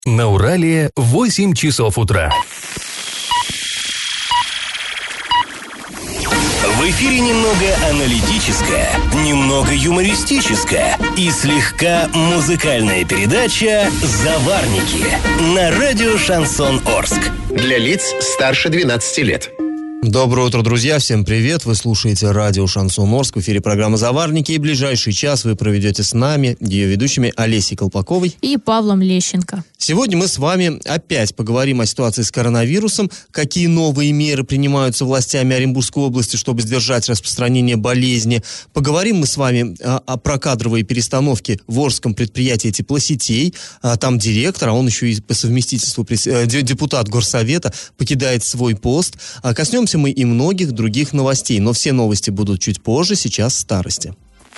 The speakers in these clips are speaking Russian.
На Урале 8 часов утра. В эфире немного аналитическая, немного юмористическая и слегка музыкальная передача «Заварники» на радио «Шансон Орск». Для лиц старше 12 лет. Доброе утро, друзья, всем привет. Вы слушаете радио «Шансон Орск», в эфире программа «Заварники», и ближайший час вы проведете с нами, ее ведущими Олесей Колпаковой и Павлом Лещенко. Сегодня мы с вами опять поговорим о ситуации с коронавирусом, какие новые меры принимаются властями Оренбургской области, чтобы сдержать распространение болезни. Поговорим мы с вами про кадровые перестановки в Орском предприятии теплосетей. Там директор, а он еще и по совместительству депутат горсовета, покидает свой пост. Коснемся мы и многих других новостей, но все новости будут чуть позже, сейчас старости.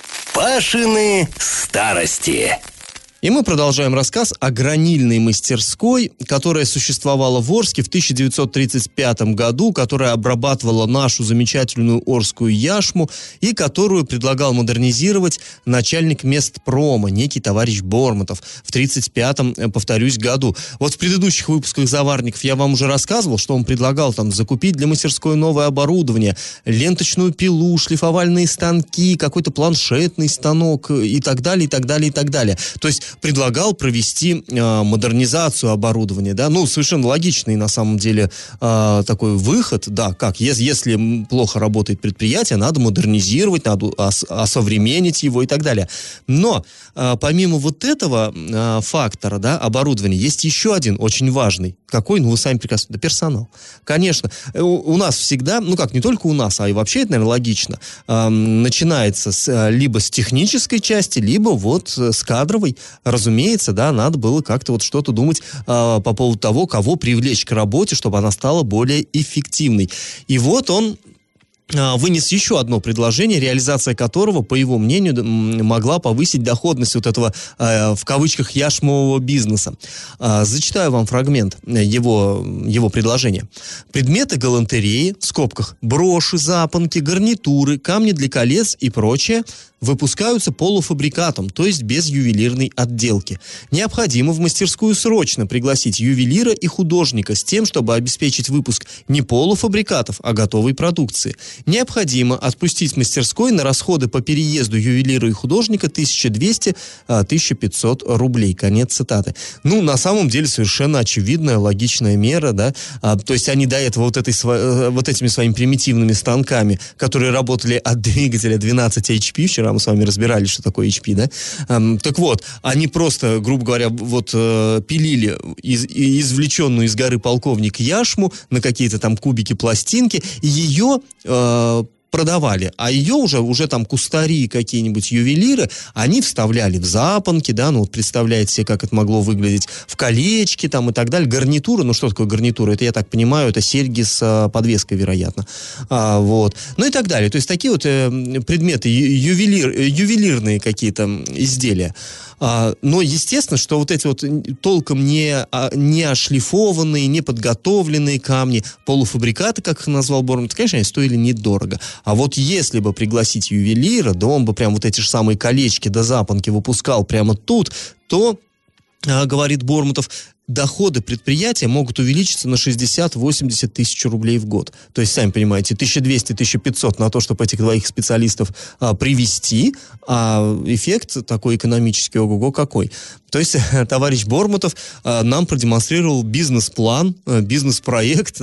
Пашины старости. И мы продолжаем рассказ о гранильной мастерской, которая существовала в Орске в 1935 году, которая обрабатывала нашу замечательную орскую яшму и которую предлагал модернизировать начальник Местпрома, некий товарищ Бормотов, в 1935, повторюсь, году. Вот в предыдущих выпусках «Заварников» я вам уже рассказывал, что он предлагал там закупить для мастерской новое оборудование, ленточную пилу, шлифовальные станки, какой-то планшетный станок и так далее, и так далее, и так далее. То есть предлагал провести модернизацию оборудования, да, ну, совершенно логичный на самом деле такой выход, да, как, если плохо работает предприятие, надо модернизировать, надо осовременить его и так далее. Но помимо вот этого фактора, да, оборудования, есть еще один очень важный. Какой? Ну, вы сами прекрасно, это персонал. Конечно, у нас всегда, ну как, не только у нас, а и вообще это, наверное, логично, начинается либо с технической части, либо вот с кадровой. Разумеется, да, надо было как-то вот что-то думать по поводу того, кого привлечь к работе, чтобы она стала более эффективной. И вот он вынес еще одно предложение, реализация которого, по его мнению, могла повысить доходность вот этого, в кавычках, яшмового бизнеса. Зачитаю вам фрагмент его предложения. Предметы галантереи, в скобках, броши, запонки, гарнитуры, камни для колец и прочее выпускаются полуфабрикатом, то есть без ювелирной отделки. Необходимо в мастерскую срочно пригласить ювелира и художника с тем, чтобы обеспечить выпуск не полуфабрикатов, а готовой продукции. Необходимо отпустить мастерской на расходы по переезду ювелира и художника 1200-1500 рублей. Конец цитаты. Ну, на самом деле, совершенно очевидная, логичная мера, да. То есть они до этого вот этими своими примитивными станками, которые работали от двигателя 12 HP, вчера мы с вами разбирали, что такое HP, да? Так вот, они просто, грубо говоря, вот пилили извлеченную из горы полковник яшму на какие-то там кубики пластинки, и ее продавали, а ее уже там кустари, какие-нибудь ювелиры, они вставляли в запонки, да, ну вот представляете себе, как это могло выглядеть, в колечки там и так далее, гарнитуры, ну что такое гарнитура, это, я так понимаю, это серьги с подвеской, вероятно, вот, ну и так далее, то есть такие вот предметы, ювелирные какие-то изделия. Но естественно, что вот эти вот толком не ошлифованные, не подготовленные камни, полуфабрикаты, как их назвал Бормотов, конечно, они стоили недорого. А вот если бы пригласить ювелира, да он бы прям вот эти же самые колечки до запонки выпускал прямо тут, то, говорит Бормотов, доходы предприятия могут увеличиться на 60-80 тысяч рублей в год. То есть, сами понимаете, 1200-1500 на то, чтобы этих двоих специалистов привести, а эффект такой экономический, ого-го какой. То есть, товарищ Бормотов нам продемонстрировал бизнес-план, бизнес-проект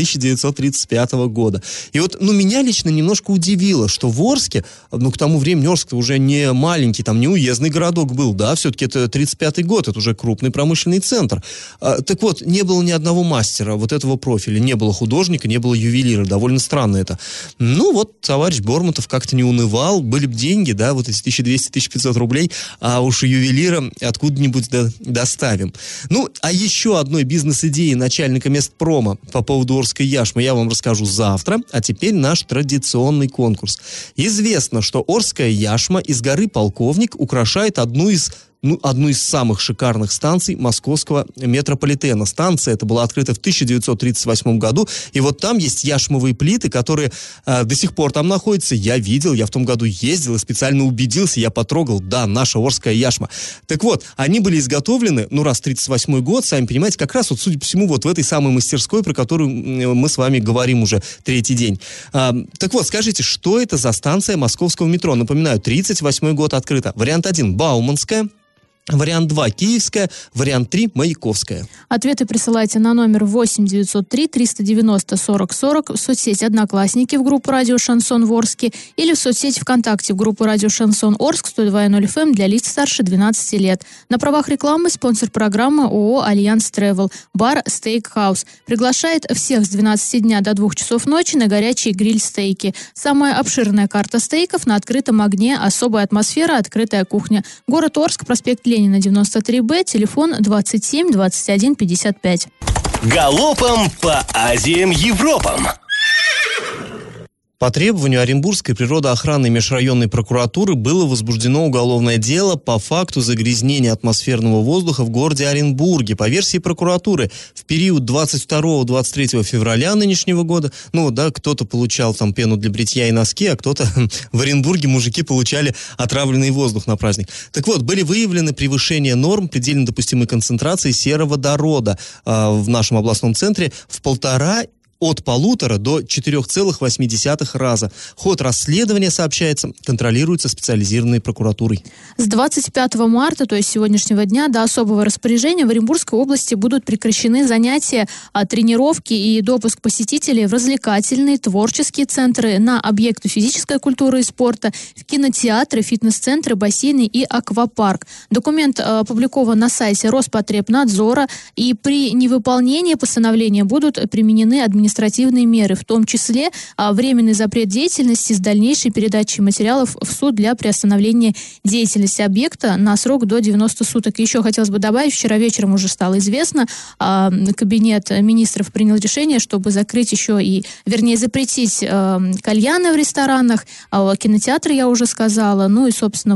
1935 года. И вот, ну, меня лично немножко удивило, что в Орске, ну, к тому времени Орск уже не маленький, там не уездный городок был, да, все-таки это 35-й год, это уже крупный промышленный центр. Так вот, не было ни одного мастера вот этого профиля, не было художника, не было ювелира, довольно странно это. Ну вот, товарищ Бормотов как-то не унывал, были бы деньги, да, вот эти 1200-1500 рублей, а уж ювелира откуда-нибудь доставим. Ну, а еще одной бизнес-идеи начальника Местпрома по поводу Орской яшмы я вам расскажу завтра, а теперь наш традиционный конкурс. Известно, что Орская яшма из горы Полковник украшает одну из одну из самых шикарных станций московского метрополитена. Станция эта была открыта в 1938 году, и вот там есть яшмовые плиты, которые до сих пор там находятся. Я видел, я в том году ездил и специально убедился, я потрогал, да, наша Орская яшма. Так вот, они были изготовлены, раз 38 год, сами понимаете, как раз, судя по всему, в этой самой мастерской, про которую мы с вами говорим уже третий день. Так вот, скажите, что это за станция московского метро? Напоминаю, 38 год открыта. Вариант 1 – Бауманская. Вариант 2 – Киевская, вариант 3 – Маяковская. Ответы присылайте на номер 8 903 390 40 40 в соцсети «Одноклассники» в группу «Радио Шансон Орске» или в соцсети ВКонтакте в группу «Радио Шансон Орск» 102.0 FM для лиц старше 12 лет. На правах рекламы спонсор программы ООО «Альянс Тревел». Бар «Стейк-хаус» приглашает всех с 12 дня до 2 часов ночи на горячие гриль-стейки. Самая обширная карта стейков на открытом огне, особая атмосфера, открытая кухня. Город Орск, проспект Ленина, 93Б, телефон 27 21 55. Галопом по Азиям Европам. По требованию Оренбургской природоохранной межрайонной прокуратуры было возбуждено уголовное дело по факту загрязнения атмосферного воздуха в городе Оренбурге. По версии прокуратуры, в период 22-23 февраля нынешнего года, кто-то получал там пену для бритья и носки, а кто-то в Оренбурге мужики получали отравленный воздух на праздник. Так вот, были выявлены превышения норм предельно допустимой концентрации сероводорода в нашем областном центре в от 1,5 до 4,8 раза. Ход расследования, сообщается, контролируется специализированной прокуратурой. С 25 марта, то есть сегодняшнего дня, до особого распоряжения в Оренбургской области будут прекращены занятия, тренировки и допуск посетителей в развлекательные, творческие центры, на объекты физической культуры и спорта, в кинотеатры, фитнес-центры, бассейны и аквапарк. Документ опубликован на сайте Роспотребнадзора, и при невыполнении постановления будут применены административные меры, в том числе временный запрет деятельности с дальнейшей передачей материалов в суд для приостановления деятельности объекта на срок до 90 суток. Еще хотелось бы добавить, вчера вечером уже стало известно, Кабинет министров принял решение, чтобы закрыть запретить кальяны в ресторанах, кинотеатры, я уже сказала, и, собственно,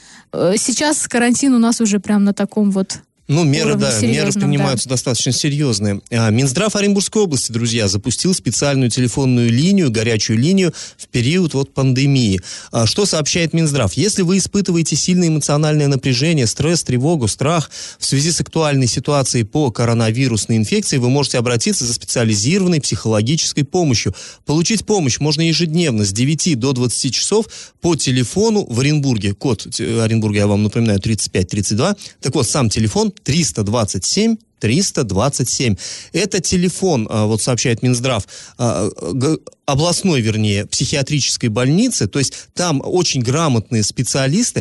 сейчас карантин у нас уже прям на таком меры принимаются достаточно серьезные. Минздрав Оренбургской области, друзья, запустил специальную телефонную линию, горячую линию в период пандемии. Что сообщает Минздрав? Если вы испытываете сильное эмоциональное напряжение, стресс, тревогу, страх в связи с актуальной ситуацией по коронавирусной инфекции, вы можете обратиться за специализированной психологической помощью. Получить помощь можно ежедневно с 9 до 20 часов по телефону в Оренбурге. Код Оренбурга, я вам напоминаю, 3532. Так вот, сам телефон 327 327. Это телефон, сообщает Минздрав, областной, психиатрической больницы, то есть там очень грамотные специалисты,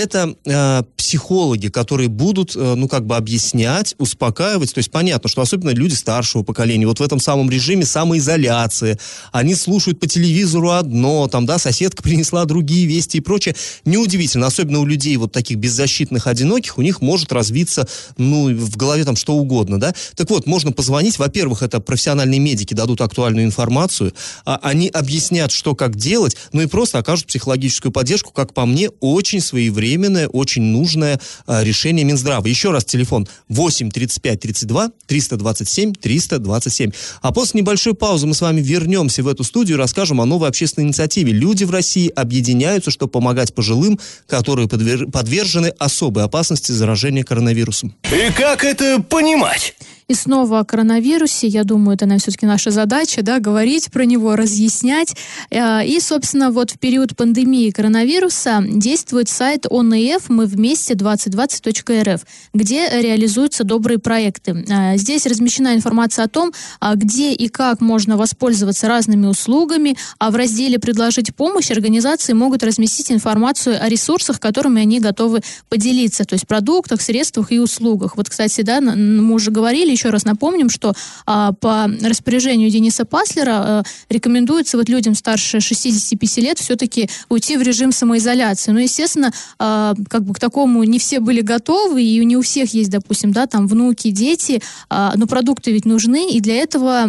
это психологи, которые будут, объяснять, успокаивать, то есть понятно, что особенно люди старшего поколения, в этом самом режиме самоизоляции, они слушают по телевизору одно, соседка принесла другие вести и прочее, неудивительно, особенно у людей таких беззащитных, одиноких, у них может развиться, в голове что угодно, да? Так вот, можно позвонить, во-первых, это профессиональные медики дадут актуальную информацию, они объяснят, что как делать, и просто окажут психологическую поддержку, как по мне, очень своевременное, очень нужное решение Минздрава. Еще раз телефон 8 35 32 327 327. А после небольшой паузы мы с вами вернемся в эту студию и расскажем о новой общественной инициативе. Люди в России объединяются, чтобы помогать пожилым, которые подвержены особой опасности заражения коронавирусом. И как это понимать? И снова о коронавирусе, я думаю, это, наверное, все-таки наша задача, говорить про него, разъяснять. И, собственно, в период пандемии коронавируса действует сайт ОНФ «Мы вместе 2020.рф», где реализуются добрые проекты. Здесь размещена информация о том, где и как можно воспользоваться разными услугами, а в разделе «Предложить помощь» организации могут разместить информацию о ресурсах, которыми они готовы поделиться, то есть продуктах, средствах и услугах. Кстати, мы уже говорили, еще еще раз напомним, что по распоряжению Дениса Паслера рекомендуется вот людям старше 65 лет все-таки уйти в режим самоизоляции. Но, естественно, как бы к такому не все были готовы, и не у всех есть, допустим, да, там внуки, дети, но продукты ведь нужны, и для этого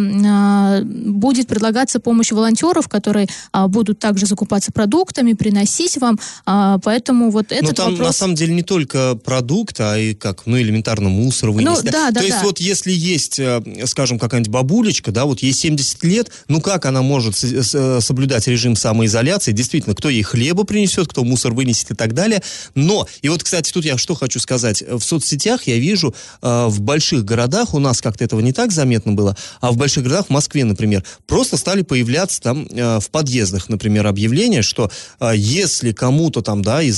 будет предлагаться помощь волонтеров, которые будут также закупаться продуктами, приносить вам, поэтому вот этот вопрос... Но там вопрос... на самом деле не только продукт, а и элементарно мусор вынести. То есть вот если есть, скажем, какая-нибудь бабулечка, да, вот ей 70 лет, как она может соблюдать режим самоизоляции? Действительно, кто ей хлеба принесет, кто мусор вынесет и так далее. Но, и вот, кстати, тут я что хочу сказать. В соцсетях я вижу, в больших городах, у нас как-то этого не так заметно было, а в больших городах, в Москве, например, просто стали появляться там в подъездах, например, объявления, что если кому-то там, да, из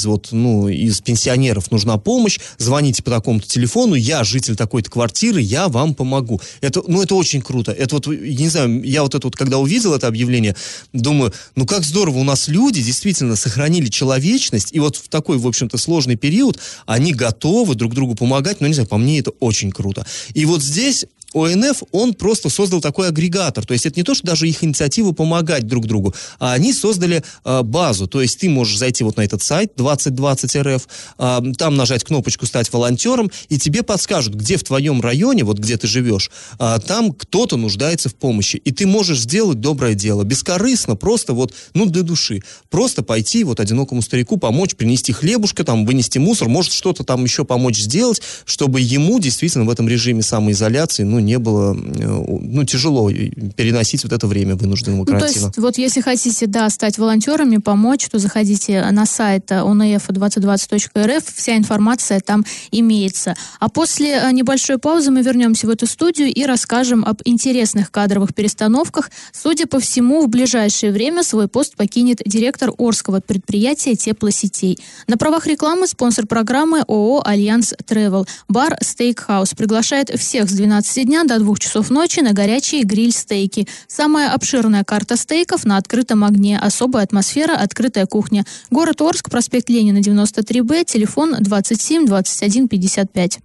пенсионеров нужна помощь, звоните по такому-то телефону, я житель такой-то квартиры, я вам помогу. Это очень круто. Это вот, я не знаю, я вот это вот, когда увидел это объявление, думаю, как здорово, у нас люди действительно сохранили человечность, и вот в такой, в общем-то, сложный период они готовы друг другу помогать, не знаю, по мне это очень круто. И вот здесь ОНФ, он просто создал такой агрегатор. То есть это не то, что даже их инициатива помогать друг другу, а они создали базу. То есть ты можешь зайти вот на этот сайт 2020 РФ, там нажать кнопочку «Стать волонтером», и тебе подскажут, где в твоем районе, вот где ты живешь, там кто-то нуждается в помощи. И ты можешь сделать доброе дело. Бескорыстно, просто для души. Просто пойти одинокому старику помочь, принести хлебушка, там, вынести мусор, может что-то там еще помочь сделать, чтобы ему действительно в этом режиме самоизоляции, не было, тяжело переносить вот это время вынужденного карантина. То есть, если хотите, стать волонтерами, помочь, то заходите на сайт onf2020.rf, вся информация там имеется. А после небольшой паузы мы вернемся в эту студию и расскажем об интересных кадровых перестановках. Судя по всему, в ближайшее время свой пост покинет директор Орского предприятия теплосетей. На правах рекламы спонсор программы ООО «Альянс Тревел». Бар «Стейкхаус» приглашает всех с 12 дня до 2 часов ночи на горячие гриль-стейки. Самая обширная карта стейков на открытом огне. Особая атмосфера, открытая кухня. Город Орск, проспект Ленина, 93Б, телефон 27 21 55.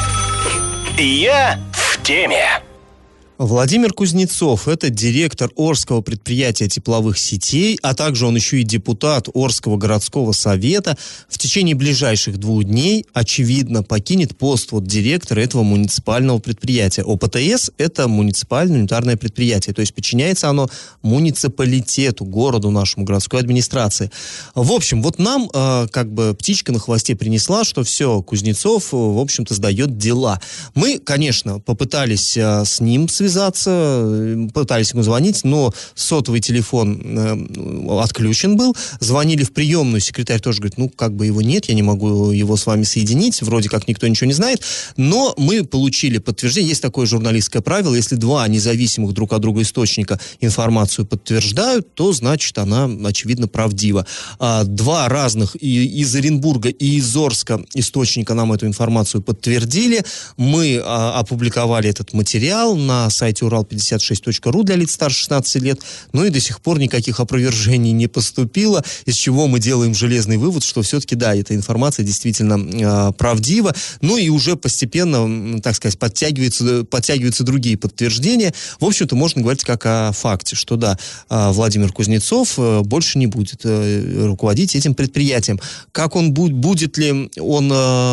Я в теме. Владимир Кузнецов – это директор Орского предприятия тепловых сетей, а также он еще и депутат Орского городского совета. В течение ближайших 2 дней, очевидно, покинет пост директора этого муниципального предприятия. ОПТС – это муниципальное унитарное предприятие, то есть подчиняется оно муниципалитету, городу нашему, городской администрации. В общем, нам птичка на хвосте принесла, что все, Кузнецов, в общем-то, сдает дела. Мы, конечно, попытались с ним связаться, пытались ему звонить, но сотовый телефон отключен был. Звонили в приемную, секретарь тоже говорит, его нет, я не могу его с вами соединить, вроде как никто ничего не знает, но мы получили подтверждение, есть такое журналистское правило, если 2 независимых друг от друга источника информацию подтверждают, то значит она, очевидно, правдива. 2 разных из Оренбурга и из Орска источника нам эту информацию подтвердили, мы опубликовали этот материал на сайте урал56.ру для лиц старше 16 лет, и до сих пор никаких опровержений не поступило, из чего мы делаем железный вывод, что все-таки, эта информация действительно правдива, и уже постепенно, так сказать, подтягиваются другие подтверждения. В общем-то, можно говорить как о факте, что Владимир Кузнецов больше не будет руководить этим предприятием. Как он будет ли он,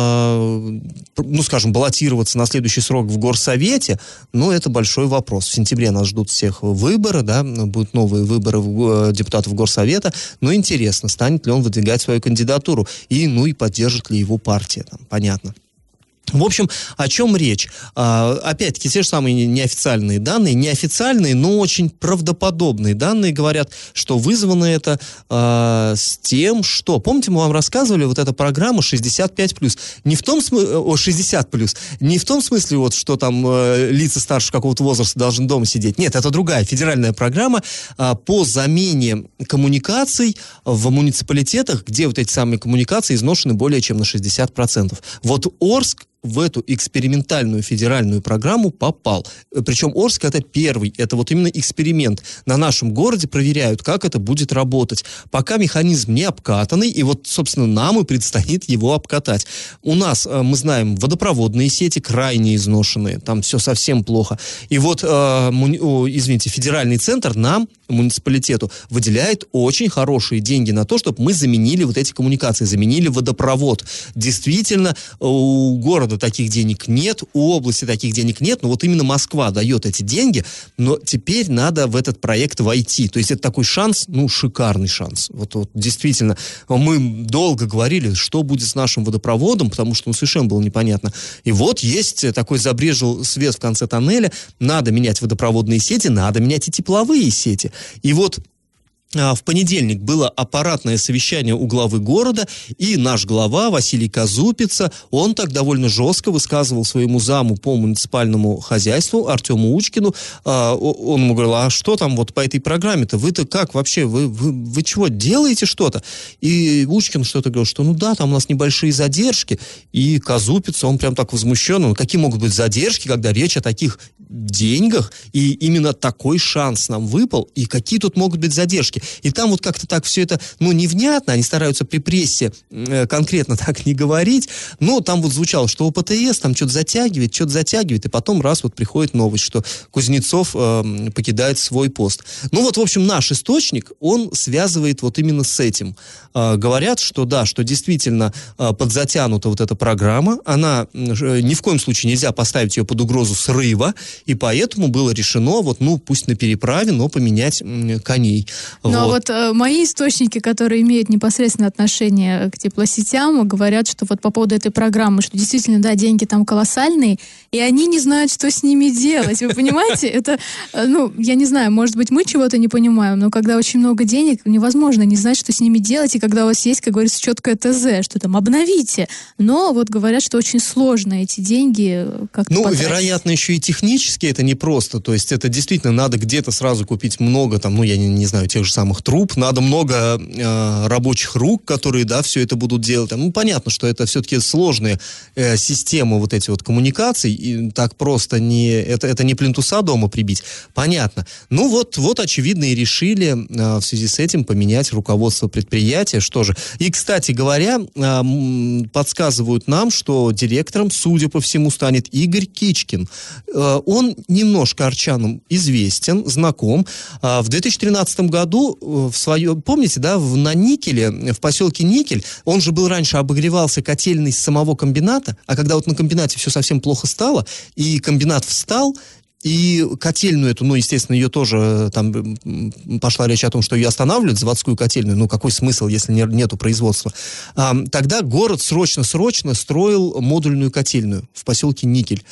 баллотироваться на следующий срок в горсовете, это большой вопрос. В сентябре нас ждут всех выборы, будут новые выборы депутатов Горсовета, интересно, станет ли он выдвигать свою кандидатуру, и поддержит ли его партия, понятно. В общем, о чем речь? Опять-таки, те же самые неофициальные данные, но очень правдоподобные данные говорят, что вызвано это с тем, что... Помните, мы вам рассказывали, эта программа 65+. Не в том смысле... 60+. Не в том смысле, что там лица старше какого-то возраста должны дома сидеть. Нет, это другая федеральная программа по замене коммуникаций в муниципалитетах, где эти самые коммуникации изношены более чем на 60%. Орск в эту экспериментальную федеральную программу попал. Причем Орск это первый, это вот именно эксперимент. На нашем городе проверяют, как это будет работать. Пока механизм не обкатанный, и вот, собственно, нам и предстоит его обкатать. У нас, мы знаем, водопроводные сети крайне изношенные, там все совсем плохо. И вот, федеральный центр нам, муниципалитету, выделяет очень хорошие деньги на то, чтобы мы заменили вот эти коммуникации, заменили водопровод. Действительно, у города таких денег нет, у области таких денег нет, но вот именно Москва дает эти деньги, но теперь надо в этот проект войти. То есть это такой шанс, шикарный шанс. Вот действительно, мы долго говорили, что будет с нашим водопроводом, потому что совершенно было непонятно. И вот есть такой забрежил свет в конце тоннеля, надо менять водопроводные сети, надо менять и тепловые сети. И вот в понедельник было аппаратное совещание у главы города, и наш глава Василий Казупица, он так довольно жестко высказывал своему заму по муниципальному хозяйству Артему Учкину. Он ему говорил, а что там вот по этой программе-то? Вы-то как вообще? Вы чего, делаете что-то? И Учкин что-то говорил, что там у нас небольшие задержки. И Казупица, он прям так возмущен. Какие могут быть задержки, когда речь о таких деньгах, и именно такой шанс нам выпал, и какие тут могут быть задержки? И там вот как-то так все это, невнятно, они стараются при прессе конкретно так не говорить, но там вот звучало, что ОПТС там что-то затягивает, и потом раз вот приходит новость, что Кузнецов покидает свой пост. В общем, наш источник, он связывает вот именно с этим. Говорят, что да, что действительно подзатянута вот эта программа, она ни в коем случае нельзя поставить ее под угрозу срыва, и поэтому было решено, пусть на переправе, но поменять коней. Но мои источники, которые имеют непосредственное отношение к теплосетям, говорят, что вот по поводу этой программы, что действительно, да, деньги там колоссальные, и они не знают, что с ними делать. Вы понимаете? Это, я не знаю, может быть, мы чего-то не понимаем, но когда очень много денег, невозможно не знать, что с ними делать, и когда у вас есть, как говорится, четкое ТЗ, что там обновите. Но вот говорят, что очень сложно эти деньги как-то потратить. Вероятно, еще и технически это непросто. То есть это действительно надо где-то сразу купить много, я не знаю, тех же самых труб, надо много рабочих рук, которые, все это будут делать. Понятно, что это все-таки сложные системы вот эти вот коммуникаций, и так просто это не плинтуса дома прибить. Понятно. Вот очевидно и решили в связи с этим поменять руководство предприятия. Что же? И, кстати говоря, подсказывают нам, что директором, судя по всему, станет Игорь Кичкин. Он немножко арчанам известен, знаком. В 2013 году помните, на Никеле, в поселке Никель, он же был раньше, обогревался котельной с самого комбината, а когда вот на комбинате все совсем плохо стало, и комбинат встал, и котельную эту, естественно, ее тоже, там пошла речь о том, что ее останавливают, заводскую котельную, какой смысл, если нету производства. Тогда город срочно строил модульную котельную в поселке Никель.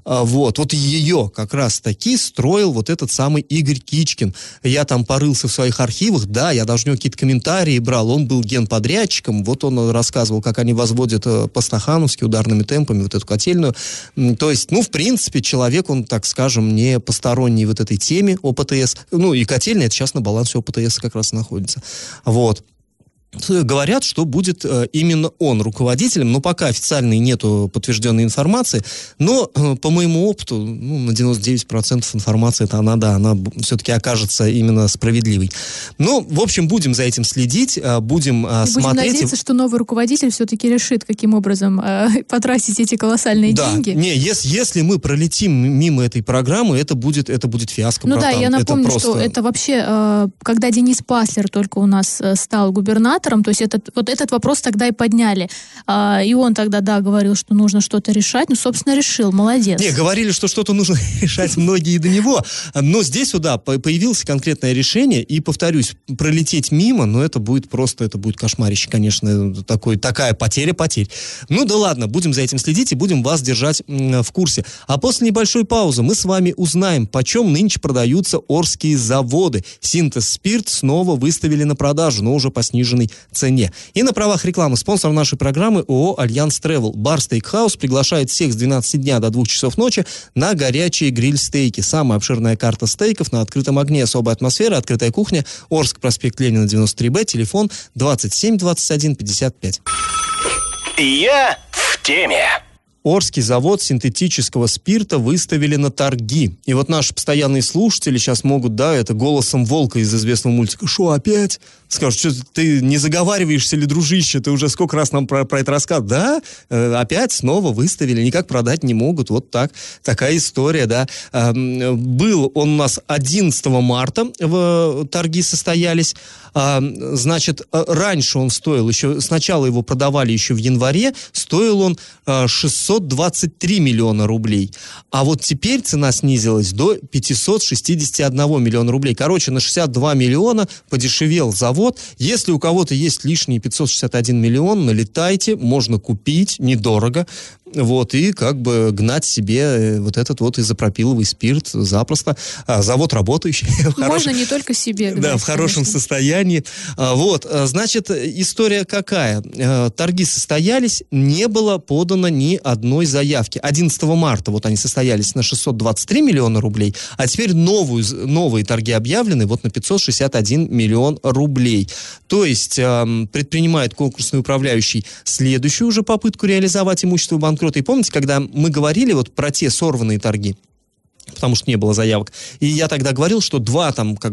Вот ее как раз-таки строил вот этот самый Игорь Кичкин. Я там порылся в своих архивах, я даже у него какие-то комментарии брал, он был генподрядчиком, вот он рассказывал, как они возводят по-стахановски ударными темпами вот эту котельную. То есть, в принципе, человек, он, так скажем, не посторонний вот этой теме ОПТС. И котельная, это сейчас на балансе ОПТС как раз находится. Вот. Говорят, что будет именно он руководителем, но пока официальной нету подтвержденной информации, но по моему опыту, на 99% информации-то она все-таки окажется именно справедливой. В общем, будем за этим следить, будем смотреть. Будем надеяться, что новый руководитель все-таки решит, каким образом потратить эти колоссальные деньги. Если мы пролетим мимо этой программы, это будет фиаско, братан. Я напомню, что это вообще, когда Денис Паслер только у нас стал губернатором, то есть этот вопрос тогда и подняли. И он тогда, говорил, что нужно что-то решать. Собственно, решил. Молодец. Говорили, что что-то нужно решать многие до него. Но здесь, появилось конкретное решение. И, повторюсь, пролететь мимо, это будет кошмарище, конечно. Такая потеря потерь. Да ладно, будем за этим следить и будем вас держать в курсе. А после небольшой паузы мы с вами узнаем, почем нынче продаются орские заводы. Синтез Спирт снова выставили на продажу, но уже по сниженной цене. И на правах рекламы спонсор нашей программы ООО «Альянс Тревел». Бар Стейкхаус приглашает всех с 12 дня до 2 часов ночи на горячие гриль-стейки. Самая обширная карта стейков на открытом огне. Особая атмосфера, открытая кухня. Орск, проспект Ленина, 93Б. Телефон 27 21 55. Я в теме. Орский завод синтетического спирта выставили на торги. И вот наши постоянные слушатели сейчас могут, да, это голосом волка из известного мультика, шо, опять? Скажут, что ты не заговариваешься ли, дружище, ты уже сколько раз нам про это рассказывал? Да, опять снова выставили, никак продать не могут, вот так, такая история, да. Был он у нас 11 марта, торги состоялись, значит, раньше он стоил, еще сначала его продавали еще в январе, стоил он 623 миллиона рублей, а вот теперь цена снизилась до 561 миллиона рублей, короче, на 62 миллиона подешевел завод. Если у кого-то есть лишние 561 миллион, налетайте, можно купить недорого, вот, и как бы гнать себе вот этот вот изопропиловый спирт запросто. Завод работающий. Можно не только себе гнать, да, в хорошем состоянии. Вот, значит, история какая? Торги состоялись, не было подано ни одной заявки. 11 марта вот они состоялись на 623 миллиона рублей, а теперь новые торги объявлены вот на 561 миллион рублей. То есть предпринимает конкурсный управляющий следующую уже попытку реализовать имущество банкрота. И помните, когда мы говорили вот про те сорванные торги, потому что не было заявок. И я тогда говорил, что два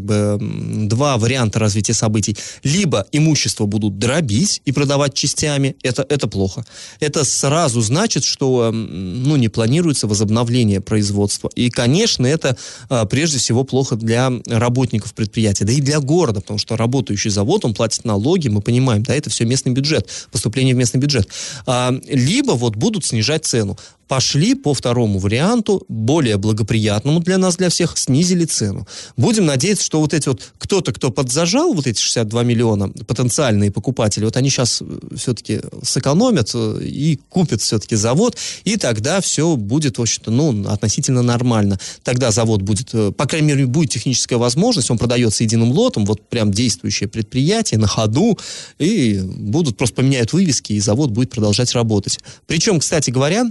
варианта развития событий. Либо имущество будут дробить и продавать частями, это плохо. Это сразу значит, что не планируется возобновление производства. И, конечно, это прежде всего плохо для работников предприятия, да и для города, потому что работающий завод, он платит налоги, мы понимаем, да, это все местный бюджет, поступление в местный бюджет. Либо вот будут снижать цену. Пошли по второму варианту, более благоприятному для нас, для всех, снизили цену. Будем надеяться, что вот эти вот кто-то, кто подзажал вот эти 62 миллиона, потенциальные покупатели, вот они сейчас все-таки сэкономят и купят все-таки завод, и тогда все будет, в общем-то, относительно нормально. Тогда завод будет, по крайней мере, будет техническая возможность, он продается единым лотом, вот прям действующее предприятие на ходу, и просто поменяют вывески, и завод будет продолжать работать. Причем, кстати говоря,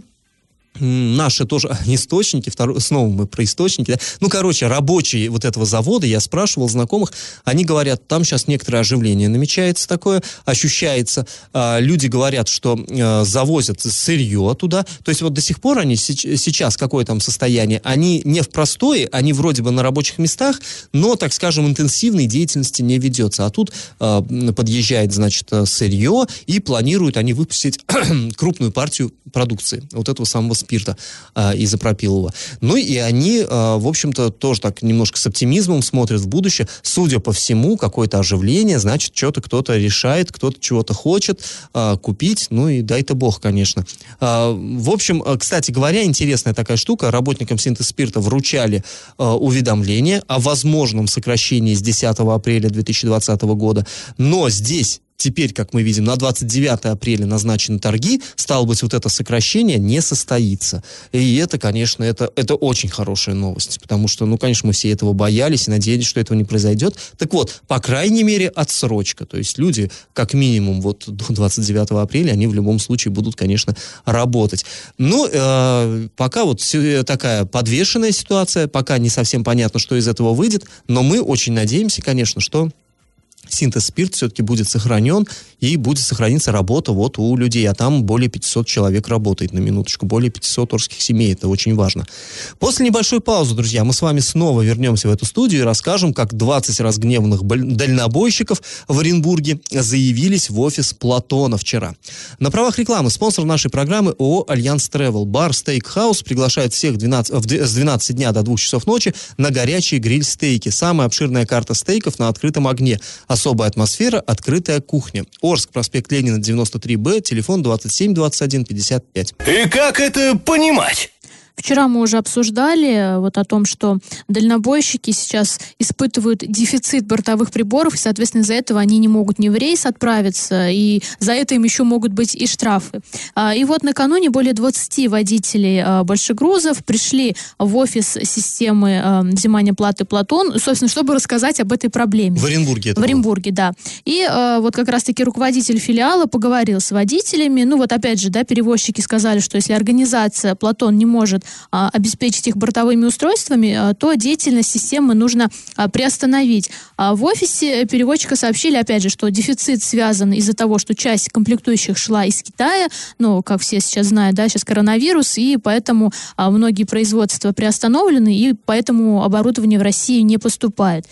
наши тоже источники, снова мы про источники, да? Рабочие вот этого завода, я спрашивал знакомых, они говорят, там сейчас некоторое оживление намечается такое, ощущается, люди говорят, что завозят сырье туда, то есть вот до сих пор они сейчас, какое там состояние, они не в простое, они вроде бы на рабочих местах, но, так скажем, интенсивной деятельности не ведется, а тут подъезжает, значит, сырье, и планируют они выпустить крупную партию продукции, вот этого самого спирта изопропилового. Ну и они, в общем-то, тоже так немножко с оптимизмом смотрят в будущее. Судя по всему, какое-то оживление, значит, что-то кто-то решает, кто-то чего-то хочет купить, и дай-то бог, конечно. В общем, кстати говоря, интересная такая штука, работникам Синтез-спирта вручали уведомление о возможном сокращении с 10 апреля 2020 года, но здесь теперь, как мы видим, на 29 апреля назначены торги, стало быть, вот это сокращение не состоится. И это, конечно, это очень хорошая новость, потому что, конечно, мы все этого боялись и надеялись, что этого не произойдет. Так вот, по крайней мере, отсрочка. То есть люди, как минимум, вот до 29 апреля, они в любом случае будут, конечно, работать. Пока вот такая подвешенная ситуация, пока не совсем понятно, что из этого выйдет, но мы очень надеемся, конечно, что Синтез-спирт все-таки будет сохранен, и будет сохраниться работа вот у людей, а там более 500 человек работает, на минуточку, более 500 орских семей, это очень важно. После небольшой паузы, друзья, мы с вами снова вернемся в эту студию и расскажем, как 20 разгневанных дальнобойщиков в Оренбурге заявились в офис Платона вчера. На правах рекламы спонсор нашей программы ООО «Альянс Тревел». Бар «Стейк-хаус» приглашает всех с 12 дня до 2 часов ночи на горячие гриль-стейки. Самая обширная карта стейков на открытом огне. Особая атмосфера, открытая кухня. Орск, проспект Ленина, 93Б, телефон 27 21 55. И как это понимать? Вчера мы уже обсуждали вот о том, что дальнобойщики сейчас испытывают дефицит бортовых приборов, и, соответственно, из-за этого они не могут ни в рейс отправиться, и за это им еще могут быть и штрафы. И вот накануне более 20 водителей большегрузов пришли в офис системы взимания платы «Платон», собственно, чтобы рассказать об этой проблеме. В Оренбурге это В Оренбурге, да. И вот как раз-таки руководитель филиала поговорил с водителями. Опять же, да, перевозчики сказали, что если организация «Платон» не может обеспечить их бортовыми устройствами, то деятельность системы нужно приостановить. В офисе переводчика сообщили, опять же, что дефицит связан из-за того, что часть комплектующих шла из Китая, ну, как все сейчас знают, да, сейчас коронавирус, и поэтому многие производства приостановлены, и поэтому оборудование в Россию не поступает.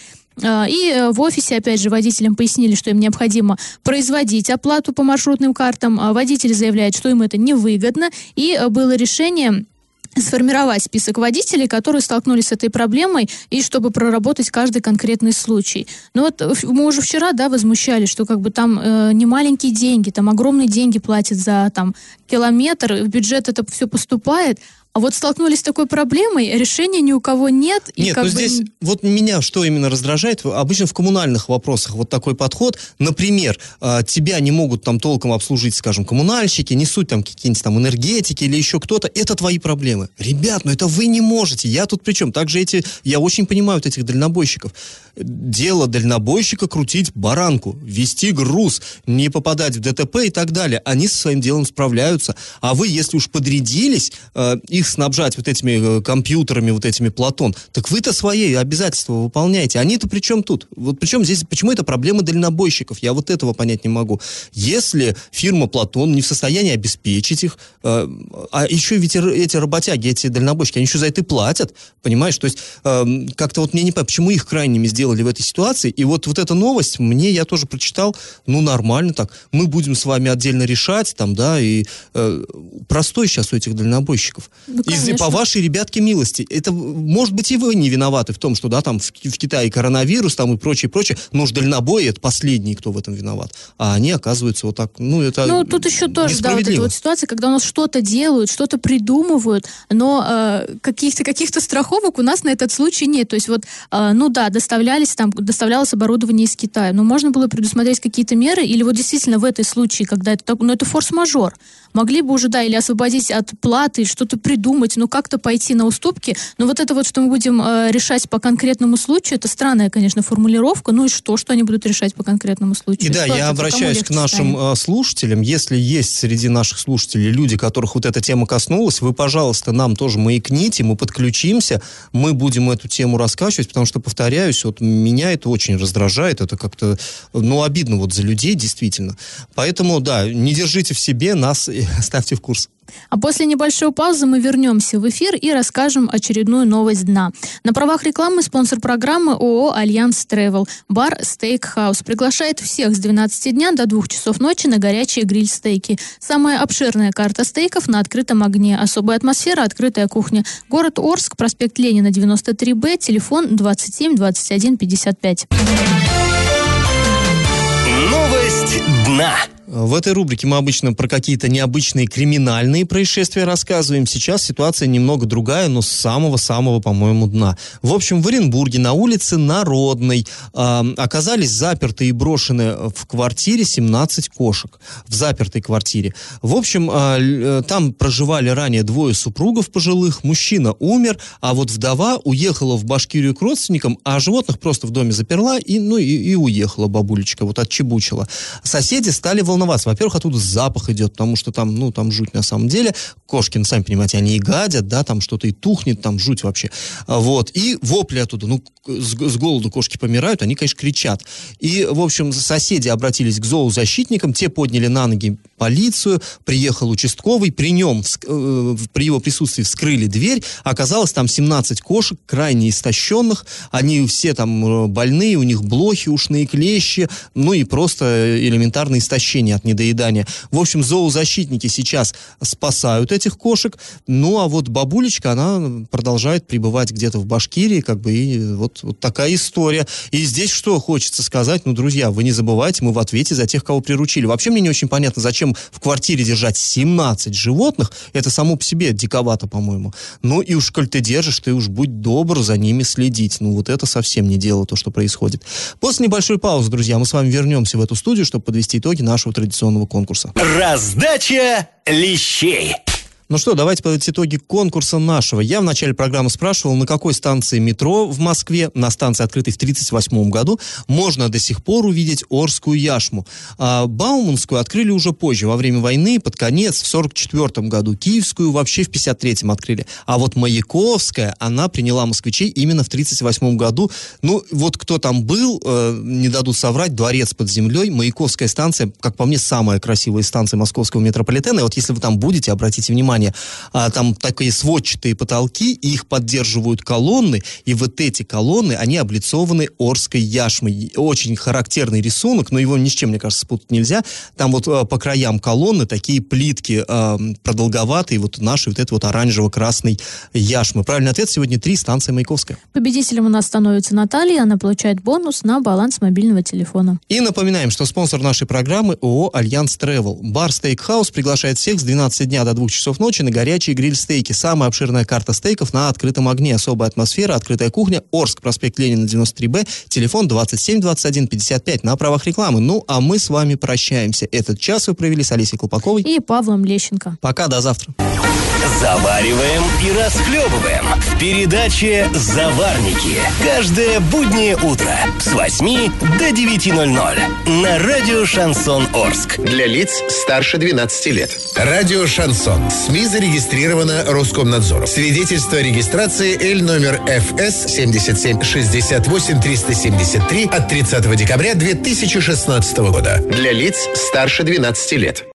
И в офисе, опять же, водителям пояснили, что им необходимо производить оплату по маршрутным картам. Водитель заявляет, что им это невыгодно, и было решение сформировать список водителей, которые столкнулись с этой проблемой, и чтобы проработать каждый конкретный случай. Но вот мы уже вчера, да, возмущались, что как бы там не маленькие деньги, там огромные деньги платят за там километр, в бюджет это все поступает. А вот столкнулись с такой проблемой, решения ни у кого нет. Нет, но здесь вот меня что именно раздражает, обычно в коммунальных вопросах вот такой подход. Например, тебя не могут там толком обслужить, скажем, коммунальщики, не суть там какие-нибудь там энергетики или еще кто-то. Это твои проблемы. Ребят, ну это вы не можете. Я тут при чем? Также я очень понимаю вот этих дальнобойщиков. Дело дальнобойщика крутить баранку, вести груз, не попадать в ДТП и так далее. Они со своим делом справляются. А вы, если уж подрядились их снабжать вот этими компьютерами, вот этими Платон, так вы-то свои обязательства выполняете. Они-то при чем тут? Вот причем здесь, почему это проблема дальнобойщиков? Я вот этого понять не могу. Если фирма Платон не в состоянии обеспечить их, а еще ведь эти работяги, эти дальнобойщики, они еще за это и платят, понимаешь? То есть как-то вот мне не понятно, почему их крайними сделали в этой ситуации. И вот эта новость, я тоже прочитал, ну нормально так. Мы будем с вами отдельно решать, там, да, и простой сейчас у этих дальнобойщиков. Ну, и по вашей, ребятки, милости. Это, может быть, и вы не виноваты в том, что, да, там в Китае коронавирус, там и прочее, но уж дальнобои это последний, кто в этом виноват. А они оказываются вот так, это Ну, тут еще тоже, да, вот эта вот ситуация, когда у нас что-то делают, что-то придумывают, но каких-то страховок у нас на этот случай нет. То есть вот, доставлялось оборудование из Китая, но можно было предусмотреть какие-то меры, или вот действительно в этой случае, когда это форс-мажор, могли бы уже, да, или освободить от платы, что-то придумать, как-то пойти на уступки. Но вот это вот, что мы будем решать по конкретному случаю, это странная, конечно, формулировка. Ну и что они будут решать по конкретному случаю? И да, я обращаюсь к нашим слушателям. Если есть среди наших слушателей люди, которых вот эта тема коснулась, вы, пожалуйста, нам тоже маякните, мы подключимся, мы будем эту тему раскачивать, потому что, повторяюсь, вот меня это очень раздражает, это как-то, обидно вот за людей, действительно. Поэтому, да, не держите в себе, нас ставьте в курс. А после небольшой паузы мы вернемся в эфир и расскажем очередную новость дна. На правах рекламы спонсор программы ООО «Альянс Тревел». Бар «Стейкхаус» приглашает всех с 12 дня до 2 часов ночи на горячие гриль-стейки. Самая обширная карта стейков на открытом огне. Особая атмосфера, открытая кухня. Город Орск, проспект Ленина, 93Б, телефон 27 21 55. Новость дна. В этой рубрике мы обычно про какие-то необычные криминальные происшествия рассказываем. Сейчас ситуация немного другая, но с самого-самого, по-моему, дна. В общем, в Оренбурге на улице Народной оказались заперты и брошены в квартире 17 кошек. В запертой квартире. В общем, там проживали ранее двое супругов пожилых. Мужчина умер, а вот вдова уехала в Башкирию к родственникам, а животных просто в доме заперла и уехала бабулечка, вот отчебучила. Соседи стали волноваться. Во-первых, оттуда запах идет, потому что там жуть на самом деле. Кошки, сами понимаете, они и гадят, да, там что-то и тухнет, там жуть вообще. Вот. И вопли оттуда. С голоду кошки помирают, они, конечно, кричат. И, в общем, соседи обратились к зоозащитникам, те подняли на ноги полицию, приехал участковый, при его присутствии вскрыли дверь, оказалось там 17 кошек, крайне истощенных, они все там больные, у них блохи, ушные клещи, и просто элементарное истощение от недоедания. В общем, зоозащитники сейчас спасают этих кошек, а вот бабулечка, она продолжает пребывать где-то в Башкирии, и вот такая история. И здесь что хочется сказать, друзья, вы не забывайте, мы в ответе за тех, кого приручили. Вообще мне не очень понятно, зачем в квартире держать 17 животных, это само по себе диковато, по-моему. И уж, коль ты держишь, ты уж будь добр за ними следить. Вот это совсем не дело, то, что происходит. После небольшой паузы, друзья, мы с вами вернемся в эту студию, чтобы подвести итоги нашего традиционного конкурса. Раздача лещей. Ну что, давайте подводить итоги конкурса нашего. Я в начале программы спрашивал, на какой станции метро в Москве, на станции, открытой в 1938 году, можно до сих пор увидеть Орскую яшму. А Бауманскую открыли уже позже, во время войны, под конец, в 1944 году. Киевскую вообще в 1953 открыли. А вот Маяковская, она приняла москвичей именно в 1938 году. Ну, вот кто там был, не дадут соврать, дворец под землей, Маяковская станция, как по мне, самая красивая станция московского метрополитена. И вот если вы там будете, обратите внимание, там такие сводчатые потолки, и их поддерживают колонны, и вот эти колонны, они облицованы Орской яшмой. Очень характерный рисунок, но его ни с чем, мне кажется, спутать нельзя. Там вот по краям колонны такие плитки продолговатые, вот наши, вот это вот оранжево-красной яшмы. Правильный ответ сегодня 3, станция Маяковская. Победителем у нас становится Наталья, она получает бонус на баланс мобильного телефона. И напоминаем, что спонсор нашей программы ООО «Альянс Тревел». Бар «Стейкхаус» приглашает всех с 12 дня до 2 часов ночи на горячие гриль-стейки. Самая обширная карта стейков на открытом огне. Особая атмосфера, открытая кухня. Орск, проспект Ленина, 93Б. Телефон 27 21 55 на правах рекламы. Ну, а мы с вами прощаемся. Этот час вы провели с Олесей Колпаковой и Павлом Лещенко. Пока, до завтра. Завариваем и расхлебываем в передаче «Заварники». Каждое буднее утро с 8 до 9:00 на радио «Шансон Орск». Для лиц старше 12 лет. Радио «Шансон». СМИ зарегистрировано Роскомнадзором. Свидетельство о регистрации Л номер ФС 77 68 373 от 30 декабря 2016 года. Для лиц старше 12 лет.